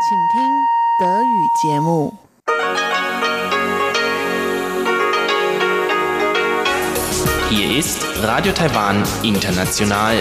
Hier ist Radio Taiwan International.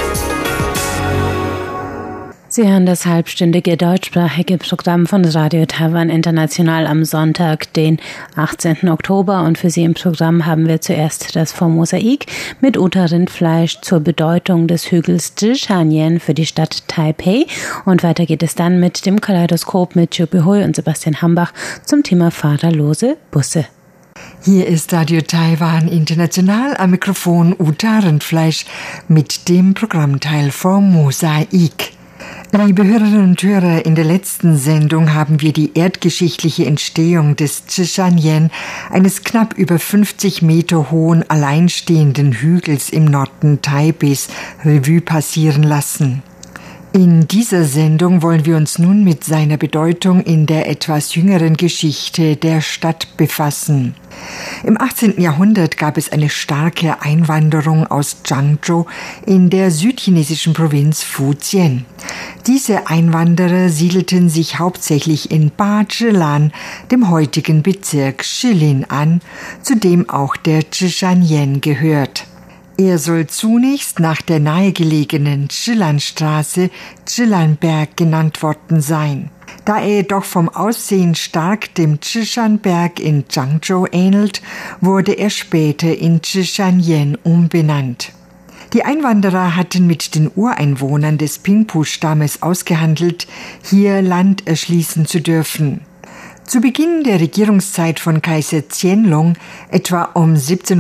Sie hören das halbstündige deutschsprachige Programm von Radio Taiwan International am Sonntag, den 18. Oktober. Und für Sie im Programm haben wir zuerst das Mosaik mit Uta Rindfleisch zur Bedeutung des Hügels Zhishanyen für die Stadt Taipei. Und weiter geht es dann mit dem Kaleidoskop mit Juppie Hui und Sebastian Hambach zum Thema fahrerlose Busse. Hier ist Radio Taiwan International, am Mikrofon Uta Rindfleisch mit dem Programmteil Mosaik. Liebe Hörerinnen und Hörer, in der letzten Sendung haben wir die erdgeschichtliche Entstehung des Zhishanyen, eines knapp über 50 Meter hohen alleinstehenden Hügels im Norden Taipeis, Revue passieren lassen. In dieser Sendung wollen wir uns nun mit seiner Bedeutung in der etwas jüngeren Geschichte der Stadt befassen. Im 18. Jahrhundert gab es eine starke Einwanderung aus Zhangzhou in der südchinesischen Provinz Fujian. Diese Einwanderer siedelten sich hauptsächlich in Bazhilan, dem heutigen Bezirk Shilin, an, zu dem auch der Zhishanyen gehört. Er soll zunächst nach der nahegelegenen Zhilanstraße Zhilanberg genannt worden sein. Da er jedoch vom Aussehen stark dem Zhishanberg in Zhangzhou ähnelt, wurde er später in Zhishanyen umbenannt. Die Einwanderer hatten mit den Ureinwohnern des Pingpu-Stammes ausgehandelt, hier Land erschließen zu dürfen. Zu Beginn der Regierungszeit von Kaiser Qianlong, etwa um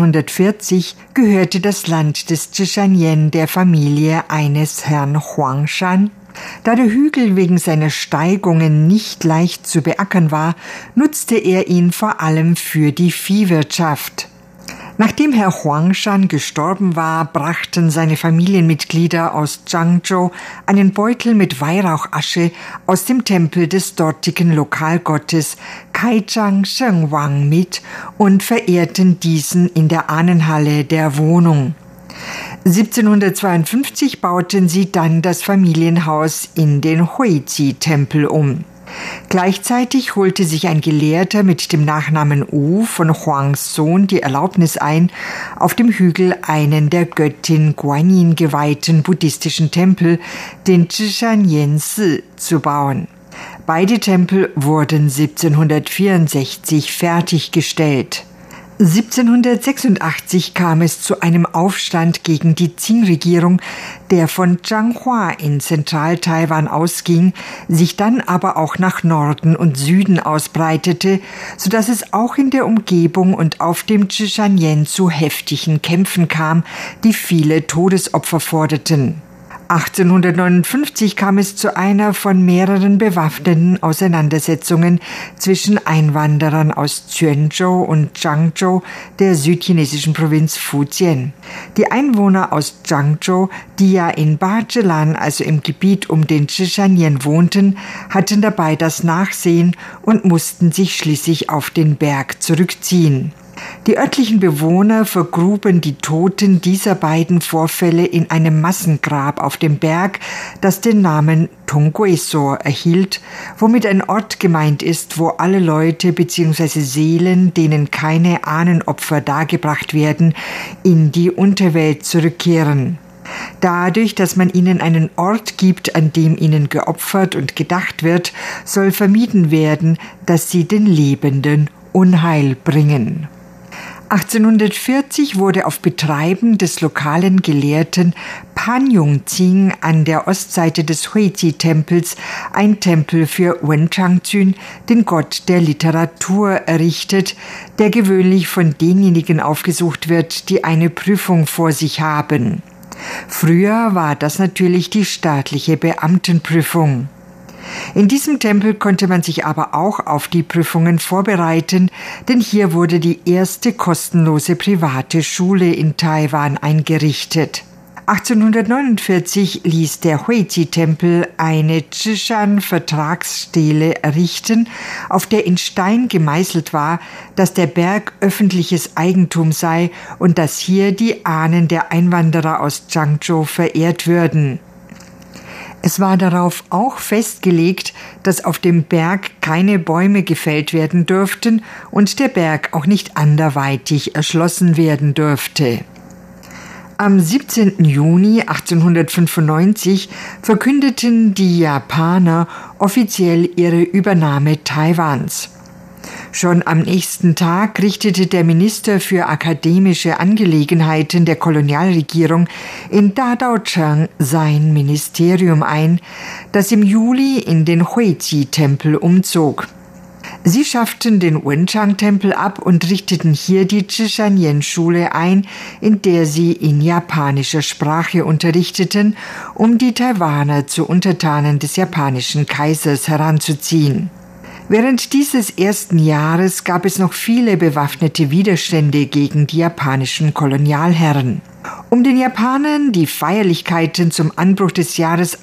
1740, gehörte das Land des Zhishanyen der Familie eines Herrn Huangshan. Da der Hügel wegen seiner Steigungen nicht leicht zu beackern war, nutzte er ihn vor allem für die Viehwirtschaft. Nachdem Herr Huangshan gestorben war, brachten seine Familienmitglieder aus Zhangzhou einen Beutel mit Weihrauchasche aus dem Tempel des dortigen Lokalgottes Kaichang Shengwang mit und verehrten diesen in der Ahnenhalle der Wohnung. 1752 bauten sie dann das Familienhaus in den Huiji-Tempel um. Gleichzeitig holte sich ein Gelehrter mit dem Nachnamen Wu von Huangs Sohn die Erlaubnis ein, auf dem Hügel einen der Göttin Guanyin geweihten buddhistischen Tempel, den Zhishanyen-Si, zu bauen. Beide Tempel wurden 1764 fertiggestellt. 1786 kam es zu einem Aufstand gegen die Qing-Regierung, der von Changhua in Zentral-Taiwan ausging, sich dann aber auch nach Norden und Süden ausbreitete, sodass es auch in der Umgebung und auf dem Zhishanyen zu heftigen Kämpfen kam, die viele Todesopfer forderten. 1859 kam es zu einer von mehreren bewaffneten Auseinandersetzungen zwischen Einwanderern aus Quanzhou und Zhangzhou, der südchinesischen Provinz Fujian. Die Einwohner aus Zhangzhou, die ja in Bazhilan, also im Gebiet um den Zhishanyen, wohnten, hatten dabei das Nachsehen und mussten sich schließlich auf den Berg zurückziehen. Die örtlichen Bewohner vergruben die Toten dieser beiden Vorfälle in einem Massengrab auf dem Berg, das den Namen Tonggueso erhielt, womit ein Ort gemeint ist, wo alle Leute bzw. Seelen, denen keine Ahnenopfer dargebracht werden, in die Unterwelt zurückkehren. Dadurch, dass man ihnen einen Ort gibt, an dem ihnen geopfert und gedacht wird, soll vermieden werden, dass sie den Lebenden Unheil bringen. 1840 wurde auf Betreiben des lokalen Gelehrten Pan Yongqing an der Ostseite des Huiji-Tempels ein Tempel für Wen Changqun, den Gott der Literatur, errichtet, der gewöhnlich von denjenigen aufgesucht wird, die eine Prüfung vor sich haben. Früher war das natürlich die staatliche Beamtenprüfung. In diesem Tempel konnte man sich aber auch auf die Prüfungen vorbereiten, denn hier wurde die erste kostenlose private Schule in Taiwan eingerichtet. 1849 ließ der Huiji-Tempel eine Zhishan-Vertragsstele errichten, auf der in Stein gemeißelt war, dass der Berg öffentliches Eigentum sei und dass hier die Ahnen der Einwanderer aus Zhangzhou verehrt würden. Es war darauf auch festgelegt, dass auf dem Berg keine Bäume gefällt werden dürften und der Berg auch nicht anderweitig erschlossen werden dürfte. Am 17. Juni 1895 verkündeten die Japaner offiziell ihre Übernahme Taiwans. Schon am nächsten Tag richtete der Minister für akademische Angelegenheiten der Kolonialregierung in Dadaocheng sein Ministerium ein, das im Juli in den Huiji-Tempel umzog. Sie schafften den Wenchang-Tempel ab und richteten hier die Zhishanyen-Schule ein, in der sie in japanischer Sprache unterrichteten, um die Taiwaner zu Untertanen des japanischen Kaisers heranzuziehen. Während dieses ersten Jahres gab es noch viele bewaffnete Widerstände gegen die japanischen Kolonialherren. Um den Japanern die Feierlichkeiten zum Anbruch des Jahres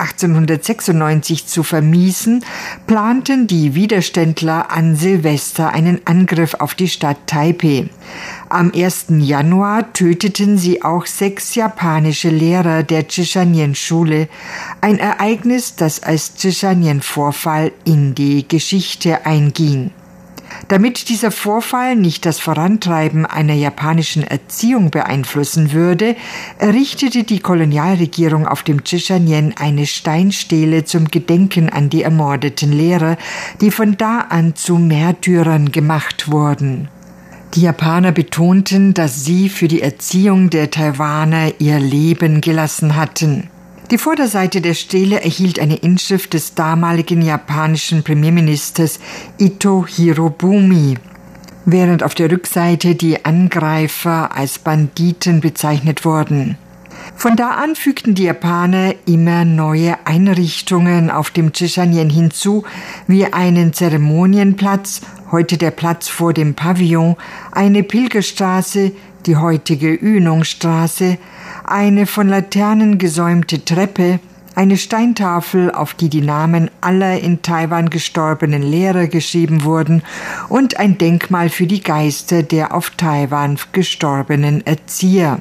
1896 zu vermiesen, planten die Widerständler an Silvester einen Angriff auf die Stadt Taipeh. Am 1. Januar töteten sie auch 6 japanische Lehrer der Zhishanyen-Schule, ein Ereignis, das als Zhishanyen-Vorfall in die Geschichte einging. Damit dieser Vorfall nicht das Vorantreiben einer japanischen Erziehung beeinflussen würde, errichtete die Kolonialregierung auf dem Zhishanyen eine Steinstele zum Gedenken an die ermordeten Lehrer, die von da an zu Märtyrern gemacht wurden. Die Japaner betonten, dass sie für die Erziehung der Taiwaner ihr Leben gelassen hatten. Die Vorderseite der Stele erhielt eine Inschrift des damaligen japanischen Premierministers Ito Hirobumi, während auf der Rückseite die Angreifer als Banditen bezeichnet wurden. Von da an fügten die Japaner immer neue Einrichtungen auf dem Zhishanyen hinzu, wie einen Zeremonienplatz, heute der Platz vor dem Pavillon, eine Pilgerstraße, die heutige Yunongstraße, eine von Laternen gesäumte Treppe, eine Steintafel, auf die die Namen aller in Taiwan gestorbenen Lehrer geschrieben wurden, und ein Denkmal für die Geister der auf Taiwan gestorbenen Erzieher.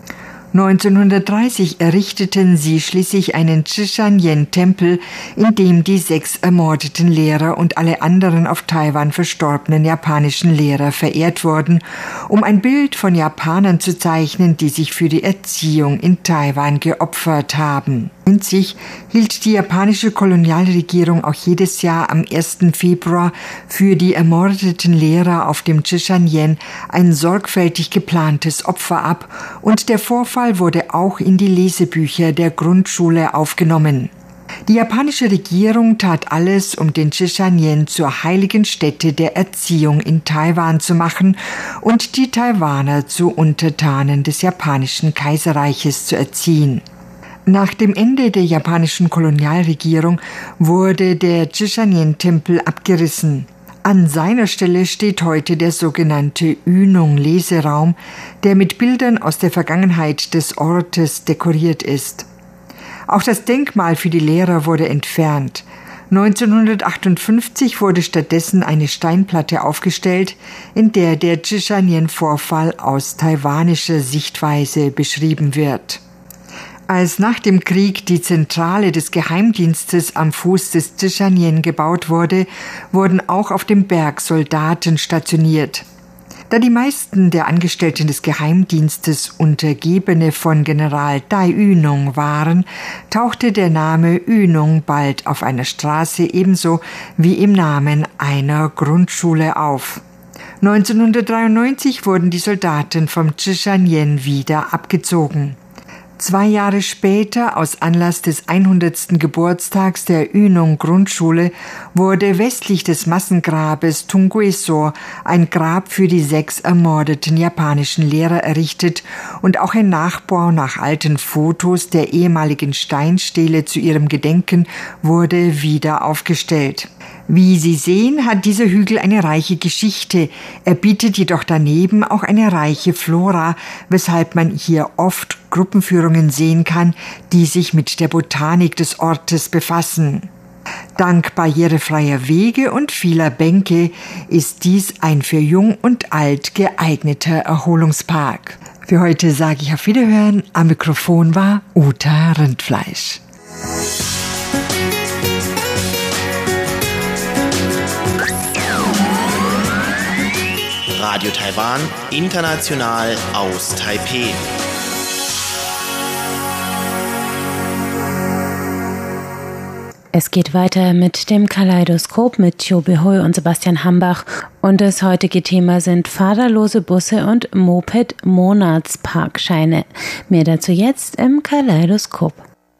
1930 errichteten sie schließlich einen Zhishanyen-Tempel, in dem die 6 ermordeten Lehrer und alle anderen auf Taiwan verstorbenen japanischen Lehrer verehrt wurden, um ein Bild von Japanern zu zeichnen, die sich für die Erziehung in Taiwan geopfert haben. In sich hielt die japanische Kolonialregierung auch jedes Jahr am 1. Februar für die ermordeten Lehrer auf dem Zhishanyen ein sorgfältig geplantes Opfer ab, und der Vorfall wurde auch in die Lesebücher der Grundschule aufgenommen. Die japanische Regierung tat alles, um den Zhishanyen zur heiligen Stätte der Erziehung in Taiwan zu machen und die Taiwaner zu Untertanen des japanischen Kaiserreiches zu erziehen. Nach dem Ende der japanischen Kolonialregierung wurde der Zhishanyen-Tempel abgerissen. An seiner Stelle steht heute der sogenannte Yunong-Leseraum, der mit Bildern aus der Vergangenheit des Ortes dekoriert ist. Auch das Denkmal für die Lehrer wurde entfernt. 1958 wurde stattdessen eine Steinplatte aufgestellt, in der der Zhishanyen-Vorfall aus taiwanischer Sichtweise beschrieben wird. Als nach dem Krieg die Zentrale des Geheimdienstes am Fuß des Zhishanyen gebaut wurde, wurden auch auf dem Berg Soldaten stationiert. Da die meisten der Angestellten des Geheimdienstes Untergebene von General Dai Yunong waren, tauchte der Name Yunong bald auf einer Straße ebenso wie im Namen einer Grundschule auf. 1993 wurden die Soldaten vom Zhishanyen wieder abgezogen. 2 Jahre später, aus Anlass des 100. Geburtstags der Yunong-Grundschule, wurde westlich des Massengrabes Tunggueso ein Grab für die 6 ermordeten japanischen Lehrer errichtet und auch ein Nachbau nach alten Fotos der ehemaligen Steinstele zu ihrem Gedenken wurde wieder aufgestellt. Wie Sie sehen, hat dieser Hügel eine reiche Geschichte. Er bietet jedoch daneben auch eine reiche Flora, weshalb man hier oft Gruppenführungen sehen kann, die sich mit der Botanik des Ortes befassen. Dank barrierefreier Wege und vieler Bänke ist dies ein für Jung und Alt geeigneter Erholungspark. Für heute sage ich auf Wiederhören. Am Mikrofon war Uta Rindfleisch. Radio Taiwan, international aus Taipeh. Es geht weiter mit dem Kaleidoskop mit Chiu Behui und Sebastian Hambach. Und das heutige Thema sind fahrerlose Busse und Moped-Monatsparkscheine. Mehr dazu jetzt im Kaleidoskop.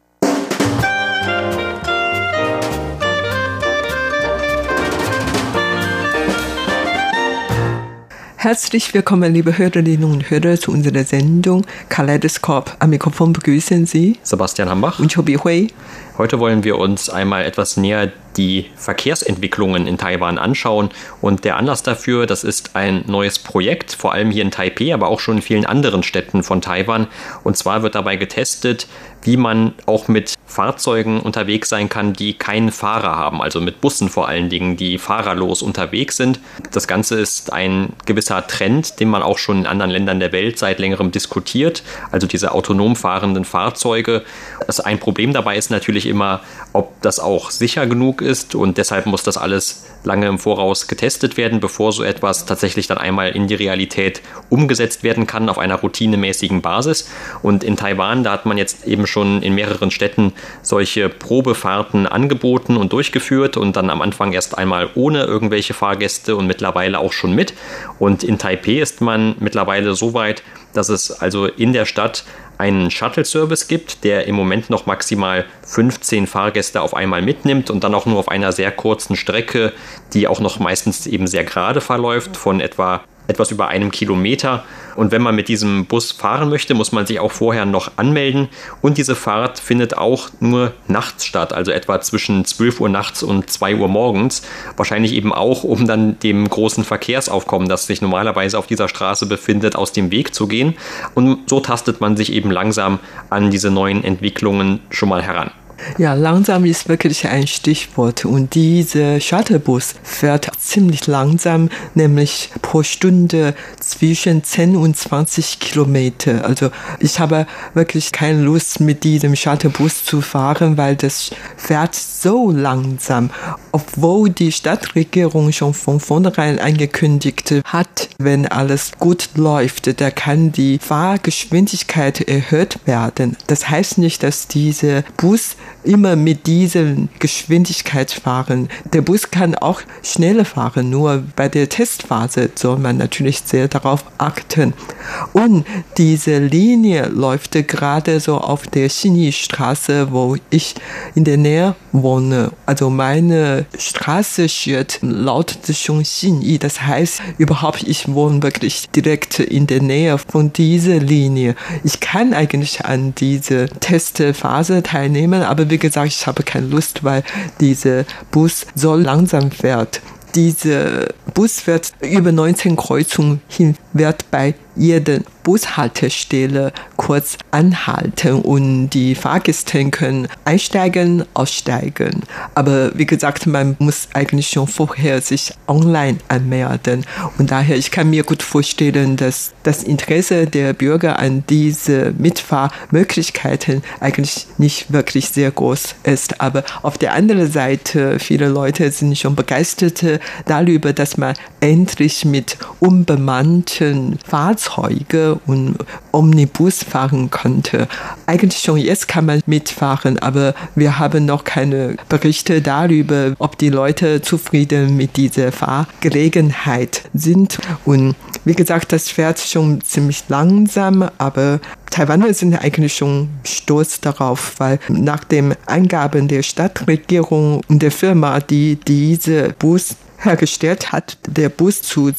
Herzlich willkommen, liebe Hörerinnen und Hörer, zu unserer Sendung Kaleidoskop. Am Mikrofon begrüßen Sie Sebastian Hambach und Chiu Behui. Heute wollen wir uns einmal etwas näher die Verkehrsentwicklungen in Taiwan anschauen. Und der Anlass dafür, das ist ein neues Projekt, vor allem hier in Taipeh, aber auch schon in vielen anderen Städten von Taiwan. Und zwar wird dabei getestet, wie man auch mit Fahrzeugen unterwegs sein kann, die keinen Fahrer haben, also mit Bussen vor allen Dingen, die fahrerlos unterwegs sind. Das Ganze ist ein gewisser Trend, den man auch schon in anderen Ländern der Welt seit längerem diskutiert, also diese autonom fahrenden Fahrzeuge. Ein Problem dabei ist natürlich immer, ob das auch sicher genug ist, und deshalb muss das alles lange im Voraus getestet werden, bevor so etwas tatsächlich dann einmal in die Realität umgesetzt werden kann auf einer routinemäßigen Basis. Und in Taiwan, da hat man jetzt eben schon in mehreren Städten solche Probefahrten angeboten und durchgeführt und dann am Anfang erst einmal ohne irgendwelche Fahrgäste und mittlerweile auch schon mit. Und in Taipeh ist man mittlerweile so weit, dass es also in der Stadt einen Shuttle-Service gibt, der im Moment noch maximal 15 Fahrgäste auf einmal mitnimmt und dann auch nur auf einer sehr kurzen Strecke, die auch noch meistens eben sehr gerade verläuft, von etwas über 1 Kilometer. Und wenn man mit diesem Bus fahren möchte, muss man sich auch vorher noch anmelden. Und diese Fahrt findet auch nur nachts statt, also etwa zwischen 12 Uhr nachts und 2 Uhr morgens. Wahrscheinlich eben auch, um dann dem großen Verkehrsaufkommen, das sich normalerweise auf dieser Straße befindet, aus dem Weg zu gehen. Und so tastet man sich eben langsam an diese neuen Entwicklungen schon mal heran. Ja, langsam ist wirklich ein Stichwort, und dieser Shuttlebus fährt ziemlich langsam, nämlich pro Stunde zwischen 10 und 20 Kilometer. Also ich habe wirklich keine Lust, mit diesem Shuttlebus zu fahren, weil das fährt so langsam, obwohl die Stadtregierung schon von vornherein angekündigt hat, wenn alles gut läuft, da kann die Fahrgeschwindigkeit erhöht werden. Das heißt nicht, dass dieser Bus immer mit dieser Geschwindigkeit fahren. Der Bus kann auch schneller fahren, nur bei der Testphase soll man natürlich sehr darauf achten. Und diese Linie läuft gerade so auf der Xinyi-Straße, wo ich in der Nähe wohne. Also meine Straßenschild lautet schon Xinyi, das heißt überhaupt, ich wohne wirklich direkt in der Nähe von dieser Linie. Ich kann eigentlich an dieser Testphase teilnehmen, aber wie gesagt, ich habe keine Lust, weil dieser Bus so langsam fährt. Dieser Bus wird über 19 Kreuzungen hin, wird bei jeder Bushaltestelle kurz anhalten und die Fahrgäste können einsteigen, aussteigen. Aber wie gesagt, man muss eigentlich schon vorher sich online anmelden. Und daher, ich kann mir gut vorstellen, dass das Interesse der Bürger an diese Mitfahrmöglichkeiten eigentlich nicht wirklich sehr groß ist. Aber auf der anderen Seite, viele Leute sind schon begeistert darüber, dass man endlich mit unbemannten Fahrzeugen und Omnibus fahren konnte. Eigentlich schon jetzt kann man mitfahren, aber wir haben noch keine Berichte darüber, ob die Leute zufrieden mit dieser Fahrgelegenheit sind. Und wie gesagt, das fährt schon ziemlich langsam, aber Taiwaner sind eigentlich schon stolz darauf, weil nach den Angaben der Stadtregierung und der Firma, die diese Bus hergestellt hat, der Bus zu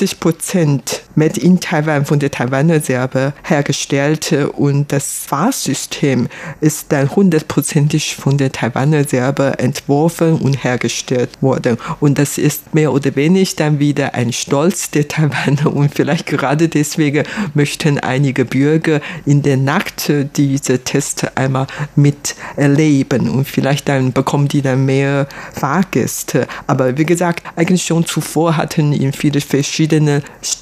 70% made in Taiwan von der Taiwaner selber hergestellt, und das Fahrsystem ist dann 100% von der Taiwaner selber entworfen und hergestellt worden. Und das ist mehr oder weniger dann wieder ein Stolz der Taiwaner, und vielleicht gerade deswegen möchten einige Bürger in der Nacht diese Tests einmal miterleben, und vielleicht dann bekommen die dann mehr Fahrgäste. Aber wie gesagt, eigentlich schon zuvor hatten in vielen verschiedenen Städten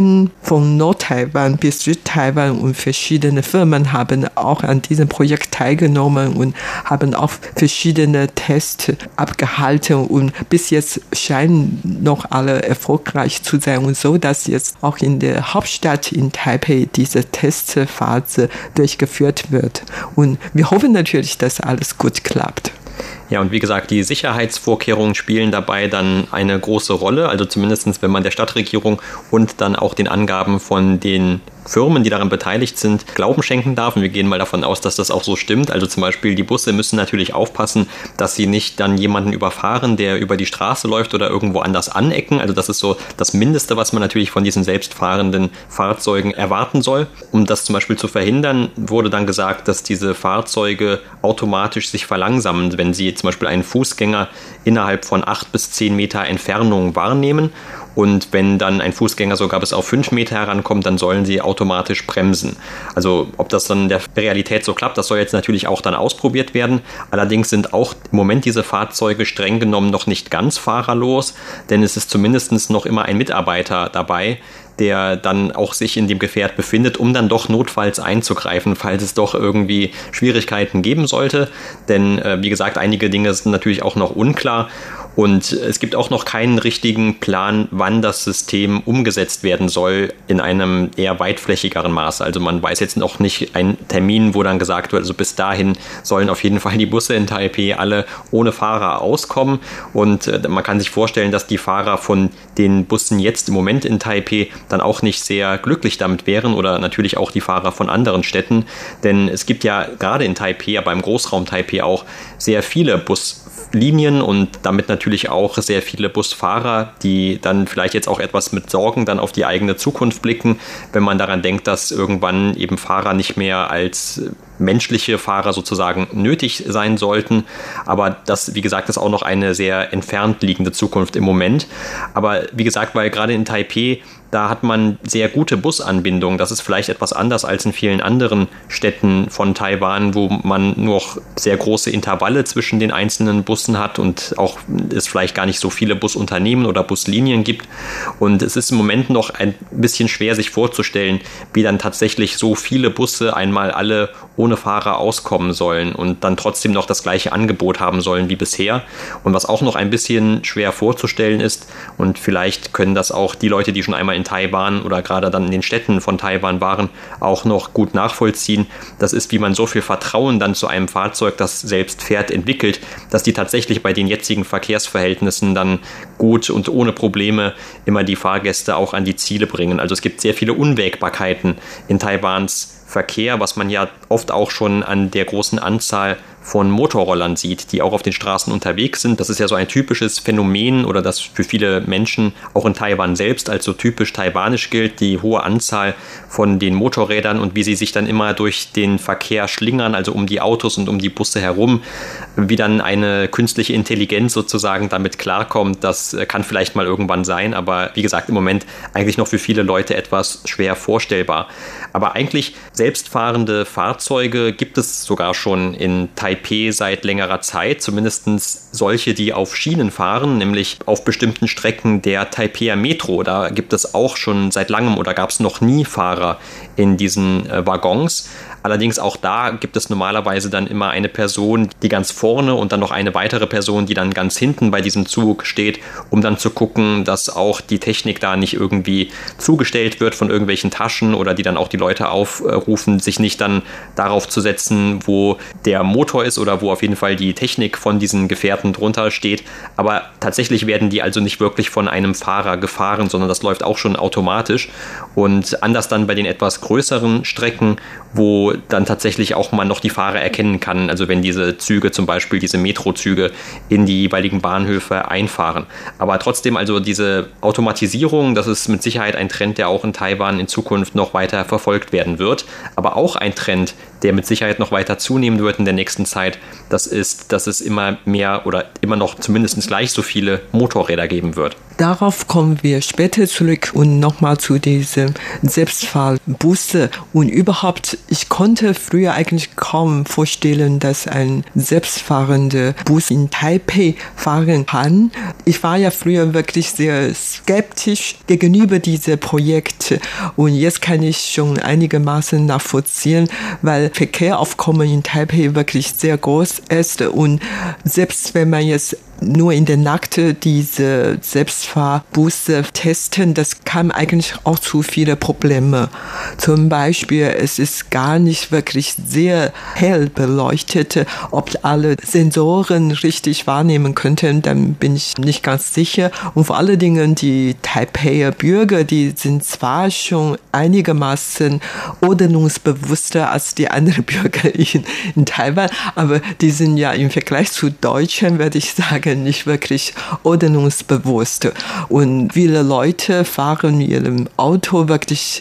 Linien von Nord-Taiwan bis Süd-Taiwan und verschiedene Firmen haben auch an diesem Projekt teilgenommen und haben auch verschiedene Tests abgehalten und bis jetzt scheinen noch alle erfolgreich zu sein und so, dass jetzt auch in der Hauptstadt in Taipei diese Testphase durchgeführt wird. Und wir hoffen natürlich, dass alles gut klappt. Ja, und wie gesagt, die Sicherheitsvorkehrungen spielen dabei dann eine große Rolle, also zumindest wenn man der Stadtregierung und dann auch den Angaben von den Firmen, die daran beteiligt sind, Glauben schenken darf. Und wir gehen mal davon aus, dass das auch so stimmt. Also zum Beispiel die Busse müssen natürlich aufpassen, dass sie nicht dann jemanden überfahren, der über die Straße läuft oder irgendwo anders anecken. Also das ist so das Mindeste, was man natürlich von diesen selbstfahrenden Fahrzeugen erwarten soll. Um das zum Beispiel zu verhindern, wurde dann gesagt, dass diese Fahrzeuge automatisch sich verlangsamen, wenn sie zum Beispiel einen Fußgänger innerhalb von 8 bis 10 Meter Entfernung wahrnehmen. Und wenn dann ein Fußgänger sogar bis auf 5 Meter herankommt, dann sollen sie automatisch bremsen. Also ob das dann in der Realität so klappt, das soll jetzt natürlich auch dann ausprobiert werden. Allerdings sind auch im Moment diese Fahrzeuge streng genommen noch nicht ganz fahrerlos, denn es ist zumindest noch immer ein Mitarbeiter dabei, der dann auch sich in dem Gefährt befindet, um dann doch notfalls einzugreifen, falls es doch irgendwie Schwierigkeiten geben sollte. Denn wie gesagt, einige Dinge sind natürlich auch noch unklar. Und es gibt auch noch keinen richtigen Plan, wann das System umgesetzt werden soll in einem eher weitflächigeren Maße. Also man weiß jetzt noch nicht einen Termin, wo dann gesagt wird, also bis dahin sollen auf jeden Fall die Busse in Taipei alle ohne Fahrer auskommen. Und man kann sich vorstellen, dass die Fahrer von den Bussen jetzt im Moment in Taipei dann auch nicht sehr glücklich damit wären oder natürlich auch die Fahrer von anderen Städten. Denn es gibt ja gerade in Taipei, aber im Großraum Taipei auch sehr viele Buslinien und damit natürlich auch sehr viele Busfahrer, die dann vielleicht jetzt auch etwas mit Sorgen dann auf die eigene Zukunft blicken, wenn man daran denkt, dass irgendwann eben Fahrer nicht mehr als menschliche Fahrer sozusagen nötig sein sollten. Aber das, wie gesagt, ist auch noch eine sehr entfernt liegende Zukunft im Moment. Aber wie gesagt, weil gerade in Taipei, da hat man sehr gute Busanbindungen. Das ist vielleicht etwas anders als in vielen anderen Städten von Taiwan, wo man noch sehr große Intervalle zwischen den einzelnen Bussen hat und auch es vielleicht gar nicht so viele Busunternehmen oder Buslinien gibt. Und es ist im Moment noch ein bisschen schwer, sich vorzustellen, wie dann tatsächlich so viele Busse einmal alle ohne Fahrer auskommen sollen und dann trotzdem noch das gleiche Angebot haben sollen wie bisher. Und was auch noch ein bisschen schwer vorzustellen ist, und vielleicht können das auch die Leute, die schon einmal in Taiwan oder gerade dann in den Städten von Taiwan waren, auch noch gut nachvollziehen. Das ist, wie man so viel Vertrauen dann zu einem Fahrzeug, das selbst fährt, entwickelt, dass die tatsächlich bei den jetzigen Verkehrsverhältnissen dann gut und ohne Probleme immer die Fahrgäste auch an die Ziele bringen. Also es gibt sehr viele Unwägbarkeiten in Taiwans Verkehr, was man ja oft auch schon an der großen Anzahl von Motorrollern sieht, die auch auf den Straßen unterwegs sind. Das ist ja so ein typisches Phänomen oder das für viele Menschen auch in Taiwan selbst als so typisch taiwanisch gilt, die hohe Anzahl von den Motorrädern und wie sie sich dann immer durch den Verkehr schlingern, also um die Autos und um die Busse herum, wie dann eine künstliche Intelligenz sozusagen damit klarkommt. Das kann vielleicht mal irgendwann sein, aber wie gesagt, im Moment eigentlich noch für viele Leute etwas schwer vorstellbar. Aber eigentlich selbstfahrende Fahrzeuge gibt es sogar schon in Taipei seit längerer Zeit, zumindest solche, die auf Schienen fahren, nämlich auf bestimmten Strecken der Taipeier Metro. Da gibt es auch schon seit langem oder gab es noch nie Fahrer in diesen Waggons. Allerdings auch da gibt es normalerweise dann immer eine Person, die ganz vorne und dann noch eine weitere Person, die dann ganz hinten bei diesem Zug steht, um dann zu gucken, dass auch die Technik da nicht irgendwie zugestellt wird von irgendwelchen Taschen oder die dann auch die Leute aufrufen, sich nicht dann darauf zu setzen, wo der Motor ist oder wo auf jeden Fall die Technik von diesen Gefährten drunter steht. Aber tatsächlich werden die also nicht wirklich von einem Fahrer gefahren, sondern das läuft auch schon automatisch. Und anders dann bei den etwas größeren Strecken, wo dann tatsächlich auch man noch die Fahrer erkennen kann, also wenn diese Züge zum Beispiel, diese Metrozüge in die jeweiligen Bahnhöfe einfahren. Aber trotzdem also diese Automatisierung, das ist mit Sicherheit ein Trend, der auch in Taiwan in Zukunft noch weiter verfolgt werden wird. Aber auch ein Trend, der mit Sicherheit noch weiter zunehmen wird in der nächsten Zeit, das ist, dass es immer mehr oder immer noch zumindest gleich so viele Motorräder geben wird. Darauf kommen wir später zurück und nochmal zu diesem Selbstfahrbusse. Und überhaupt, ich konnte früher eigentlich kaum vorstellen, dass ein selbstfahrender Bus in Taipei fahren kann. Ich war ja früher wirklich sehr skeptisch gegenüber diesem Projekt. Und jetzt kann ich schon einigermaßen nachvollziehen, weil Verkehrsaufkommen in Taipei wirklich sehr groß ist. Und selbst wenn man jetzt nur in der Nacht diese Selbstfahrbusse testen, das kann eigentlich auch zu viele Probleme. Zum Beispiel, es ist gar nicht wirklich sehr hell beleuchtet. Ob alle Sensoren richtig wahrnehmen könnten, dann bin ich nicht ganz sicher. Und vor allen Dingen die Taipeier Bürger, die sind zwar schon einigermaßen ordnungsbewusster als die anderen Bürger in Taiwan, aber die sind ja im Vergleich zu Deutschen, würde ich sagen, nicht wirklich ordnungsbewusst. Und viele Leute fahren mit ihrem Auto wirklich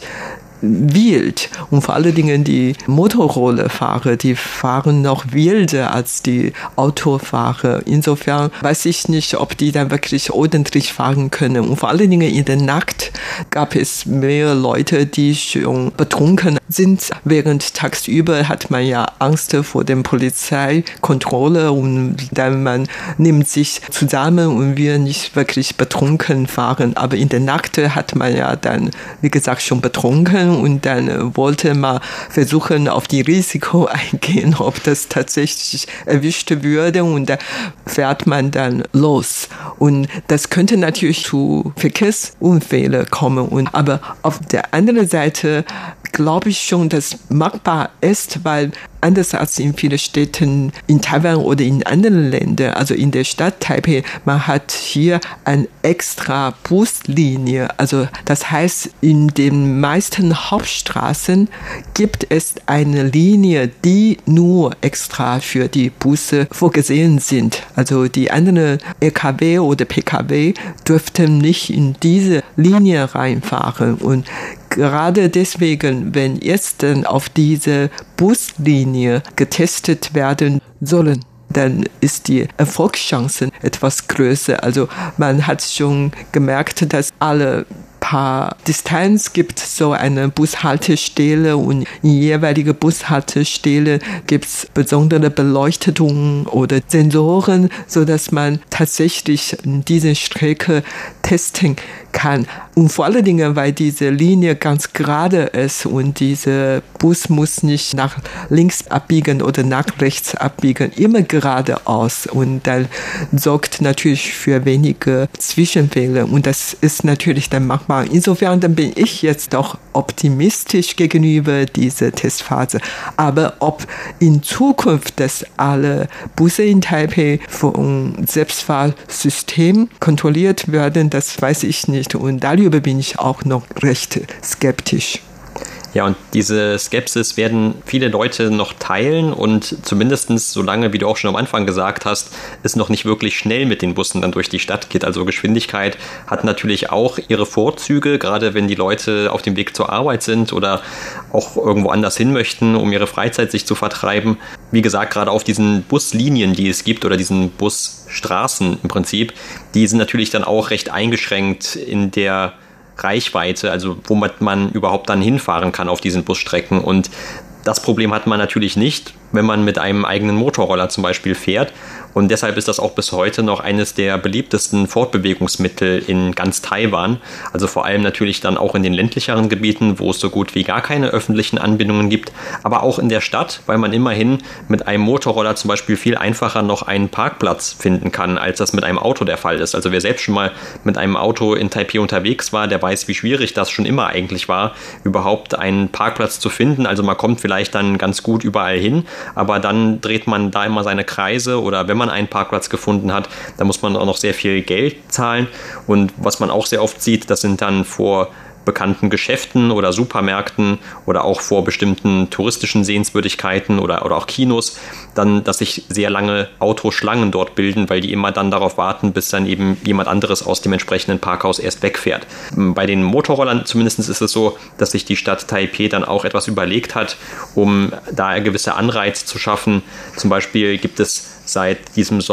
wild. Und vor allen Dingen die Motorrollfahrer, die fahren noch wilder als die Autofahrer. Insofern weiß ich nicht, ob die dann wirklich ordentlich fahren können. Und vor allen Dingen in der Nacht gab es mehr Leute, die schon betrunken sind. Während tagsüber hat man ja Angst vor der Polizeikontrolle und dann man nimmt sich zusammen und will nicht wirklich betrunken fahren. Aber in der Nacht hat man ja dann, wie gesagt, schon betrunken und dann wollte man versuchen, auf die Risiko eingehen, ob das tatsächlich erwischt würde und da fährt man dann los. Und das könnte natürlich zu Verkehrsunfällen kommen. Aber auf der anderen Seite glaube ich schon, dass machbar ist, weil anders als in vielen Städten in Taiwan oder in anderen Ländern, also in der Stadt Taipei, man hat hier eine extra Buslinie. Also das heißt, in den meisten Hauptstraßen gibt es eine Linie, die nur extra für die Busse vorgesehen sind. Also die anderen LKW oder PKW dürften nicht in diese Linie reinfahren. Und gerade deswegen, wenn jetzt dann auf diese Buslinie getestet werden sollen, dann ist die Erfolgschancen etwas größer. Also man hat schon gemerkt, dass alle paar Distanz gibt so eine Bushaltestelle und in jeweiliger Bushaltestelle gibt es besondere Beleuchtungen oder Sensoren, so dass man tatsächlich diese Strecke testen kann. Und vor allen Dingen, weil diese Linie ganz gerade ist und dieser Bus muss nicht nach links abbiegen oder nach rechts abbiegen, immer geradeaus. Und dann sorgt natürlich für wenige Zwischenfälle. Und das ist natürlich dann machbar. Insofern dann bin ich jetzt doch optimistisch gegenüber dieser Testphase. Aber ob in Zukunft das alle Busse in Taipei vom Selbstfahrsystem kontrolliert werden, das weiß ich nicht. Und darüber bin ich auch noch recht skeptisch. Ja, und diese Skepsis werden viele Leute noch teilen und zumindestens, solange, wie du auch schon am Anfang gesagt hast, es noch nicht wirklich schnell mit den Bussen dann durch die Stadt geht. Also Geschwindigkeit hat natürlich auch ihre Vorzüge, gerade wenn die Leute auf dem Weg zur Arbeit sind oder auch irgendwo anders hin möchten, um ihre Freizeit sich zu vertreiben. Wie gesagt, gerade auf diesen Buslinien, die es gibt oder diesen Busstraßen im Prinzip, die sind natürlich dann auch recht eingeschränkt in der Reichweite, also womit man überhaupt dann hinfahren kann auf diesen Busstrecken. Und das Problem hat man natürlich nicht, wenn man mit einem eigenen Motorroller zum Beispiel fährt. Und deshalb ist das auch bis heute noch eines der beliebtesten Fortbewegungsmittel in ganz Taiwan. Also vor allem natürlich dann auch in den ländlicheren Gebieten, wo es so gut wie gar keine öffentlichen Anbindungen gibt. Aber auch in der Stadt, weil man immerhin mit einem Motorroller zum Beispiel viel einfacher noch einen Parkplatz finden kann, als das mit einem Auto der Fall ist. Also wer selbst schon mal mit einem Auto in Taipei unterwegs war, der weiß, wie schwierig das schon immer eigentlich war, überhaupt einen Parkplatz zu finden. Also man kommt vielleicht dann ganz gut überall hin, aber dann dreht man da immer seine Kreise oder wenn man einen Parkplatz gefunden hat, da muss man auch noch sehr viel Geld zahlen und was man auch sehr oft sieht, das sind dann vor bekannten Geschäften oder Supermärkten oder auch vor bestimmten touristischen Sehenswürdigkeiten oder auch Kinos, dann, dass sich sehr lange Autoschlangen dort bilden, weil die immer dann darauf warten, bis dann eben jemand anderes aus dem entsprechenden Parkhaus erst wegfährt. Bei den Motorrollern zumindest ist es so, dass sich die Stadt Taipei dann auch etwas überlegt hat, um da gewisse Anreize zu schaffen. Zum Beispiel gibt es seit diesem Sommer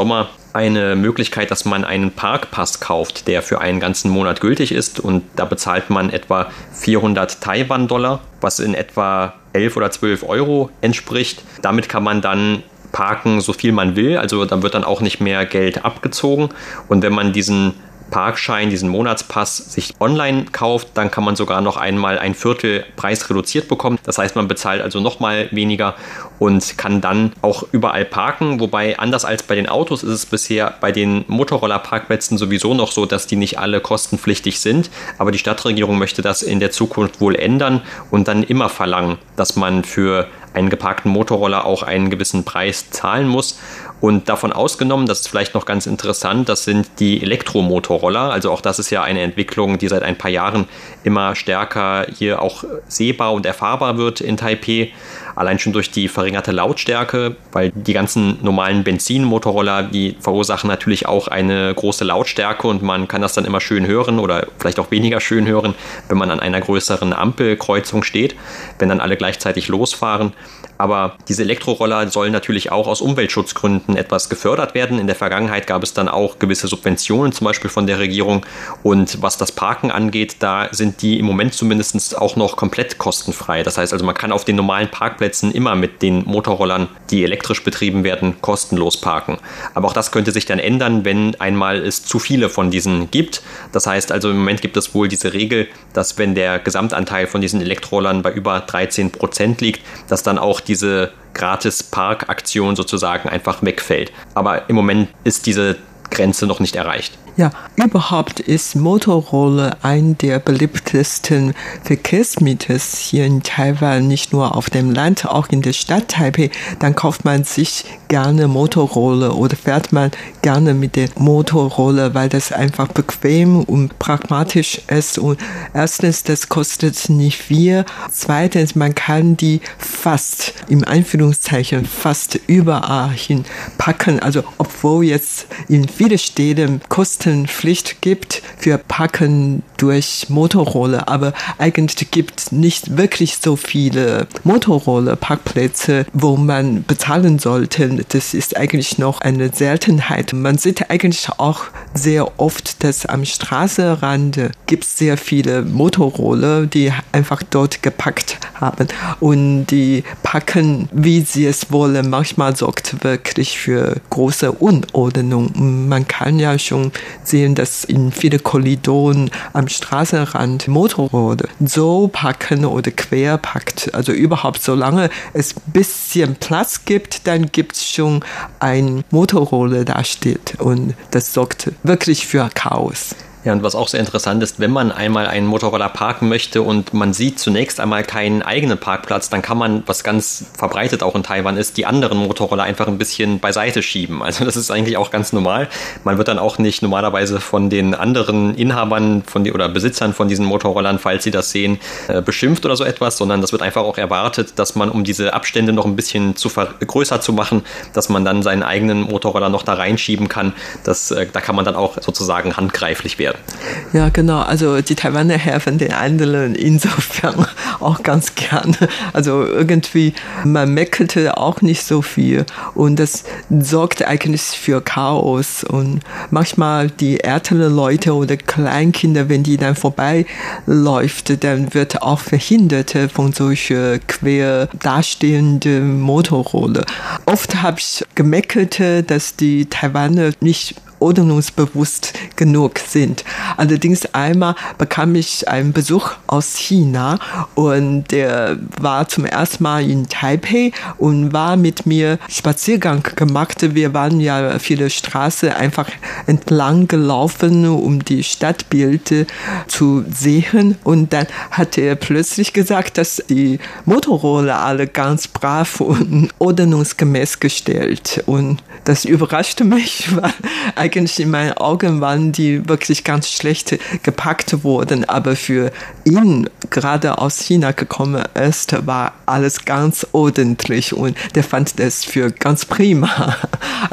eine Möglichkeit, dass man einen Parkpass kauft, der für einen ganzen Monat gültig ist, und da bezahlt man etwa 400 Taiwan-Dollar, was in etwa 11 oder 12 Euro entspricht. Damit kann man dann parken, so viel man will, also dann wird dann auch nicht mehr Geld abgezogen, und wenn man diesen Parkschein, diesen Monatspass sich online kauft, dann kann man sogar noch einmal ein Viertel Preis reduziert bekommen. Das heißt, man bezahlt also noch mal weniger und kann dann auch überall parken. Wobei, anders als bei den Autos, ist es bisher bei den Motorroller-Parkplätzen sowieso noch so, dass die nicht alle kostenpflichtig sind. Aber die Stadtregierung möchte das in der Zukunft wohl ändern und dann immer verlangen, dass man für einen geparkten Motorroller auch einen gewissen Preis zahlen muss. Und davon ausgenommen, das ist vielleicht noch ganz interessant, das sind die Elektromotorroller. Also auch das ist ja eine Entwicklung, die seit ein paar Jahren immer stärker hier auch sehbar und erfahrbar wird in Taipeh. Allein schon durch die verringerte Lautstärke, weil die ganzen normalen Benzinmotorroller, die verursachen natürlich auch eine große Lautstärke und man kann das dann immer schön hören oder vielleicht auch weniger schön hören, wenn man an einer größeren Ampelkreuzung steht, wenn dann alle gleichzeitig losfahren. Aber diese Elektroroller sollen natürlich auch aus Umweltschutzgründen etwas gefördert werden. In der Vergangenheit gab es dann auch gewisse Subventionen, zum Beispiel von der Regierung. Und was das Parken angeht, da sind die im Moment zumindest auch noch komplett kostenfrei. Das heißt also, man kann auf den normalen Parkplätzen immer mit den Motorrollern, die elektrisch betrieben werden, kostenlos parken. Aber auch das könnte sich dann ändern, wenn einmal es zu viele von diesen gibt. Das heißt also, im Moment gibt es wohl diese Regel, dass wenn der Gesamtanteil von diesen Elektrorollern bei über 13% liegt, dass dann auch diese Gratis-Parkaktion sozusagen einfach wegfällt. Aber im Moment ist diese Grenze noch nicht erreicht. Ja, überhaupt ist Motorroller ein der beliebtesten Verkehrsmittel hier in Taiwan, nicht nur auf dem Land, auch in der Stadt Taipei. Dann kauft man sich gerne Motorroller oder fährt man gerne mit der Motorroller, weil das einfach bequem und pragmatisch ist. Und erstens, das kostet nicht viel. Zweitens, man kann die fast, im Anführungszeichen, fast überall hin packen. Also, obwohl jetzt in vielen Städten Kostenpflicht gibt für Parken durch Motorroller, aber eigentlich gibt es nicht wirklich so viele Motorroller-Parkplätze, wo man bezahlen sollte. Das ist eigentlich noch eine Seltenheit. Man sieht eigentlich auch sehr oft, dass am Straßenrand gibt es sehr viele Motorroller, die einfach dort geparkt haben und die parken, wie sie es wollen. Manchmal sorgt wirklich für große Unordnung. Man kann ja schon sehen, dass in vielen Korridoren am Straßenrand Motorroller so parken oder quer parkt. Also überhaupt, solange es ein bisschen Platz gibt, dann gibt es schon ein Motorroller da steht und das sorgt wirklich für Chaos. Ja, und was auch sehr interessant ist, wenn man einmal einen Motorroller parken möchte und man sieht zunächst einmal keinen eigenen Parkplatz, dann kann man, was ganz verbreitet auch in Taiwan ist, die anderen Motorroller einfach ein bisschen beiseite schieben. Also das ist eigentlich auch ganz normal. Man wird dann auch nicht normalerweise von den anderen Inhabern oder Besitzern von diesen Motorrollern, falls sie das sehen, beschimpft oder so etwas, sondern das wird einfach auch erwartet, dass man, um diese Abstände noch ein bisschen größer zu machen, dass man dann seinen eigenen Motorroller noch da reinschieben kann. Da kann man dann auch sozusagen handgreiflich werden. Ja, genau. Also die Taiwaner helfen den anderen insofern auch ganz gerne. Also irgendwie, man meckerte auch nicht so viel und das sorgt eigentlich für Chaos. Und manchmal die älteren Leute oder Kleinkinder, wenn die dann vorbeiläuft, dann wird auch verhindert von solchen quer dastehenden Motorroller. Oft habe ich gemeckert, dass die Taiwaner nicht ordnungsbewusst genug sind. Allerdings einmal bekam ich einen Besuch aus China und der war zum ersten Mal in Taipei und war mit mir Spaziergang gemacht. Wir waren ja viele Straßen einfach entlang gelaufen, um die Stadtbilder zu sehen und dann hat er plötzlich gesagt, dass die Motorroller alle ganz brav und ordnungsgemäß gestellt und das überraschte mich, weil eigentlich in meinen Augen waren die wirklich ganz schlecht gepackt worden, aber für ihn, gerade aus China gekommen ist, war alles ganz ordentlich und der fand das für ganz prima. Also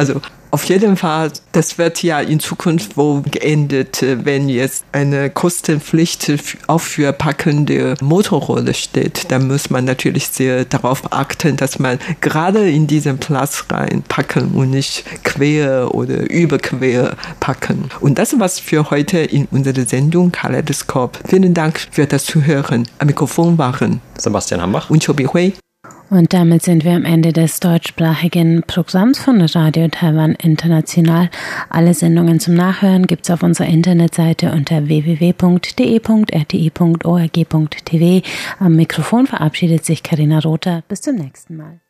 Auf jeden Fall, das wird ja in Zukunft wohl geändert, wenn jetzt eine Kostenpflicht auch für packende Motorroller steht. Dann muss man natürlich sehr darauf achten, dass man gerade in diesen Platz reinpacken und nicht quer oder überquer packen. Und das war's für heute in unserer Sendung Kaleidoskop. Vielen Dank für das Zuhören. Am Mikrofon waren Sebastian Hambach und Chobi Hui. Und damit sind wir am Ende des deutschsprachigen Programms von Radio Taiwan International. Alle Sendungen zum Nachhören gibt's auf unserer Internetseite unter www.de.rti.org.tv. Am Mikrofon verabschiedet sich Carina Rother. Bis zum nächsten Mal.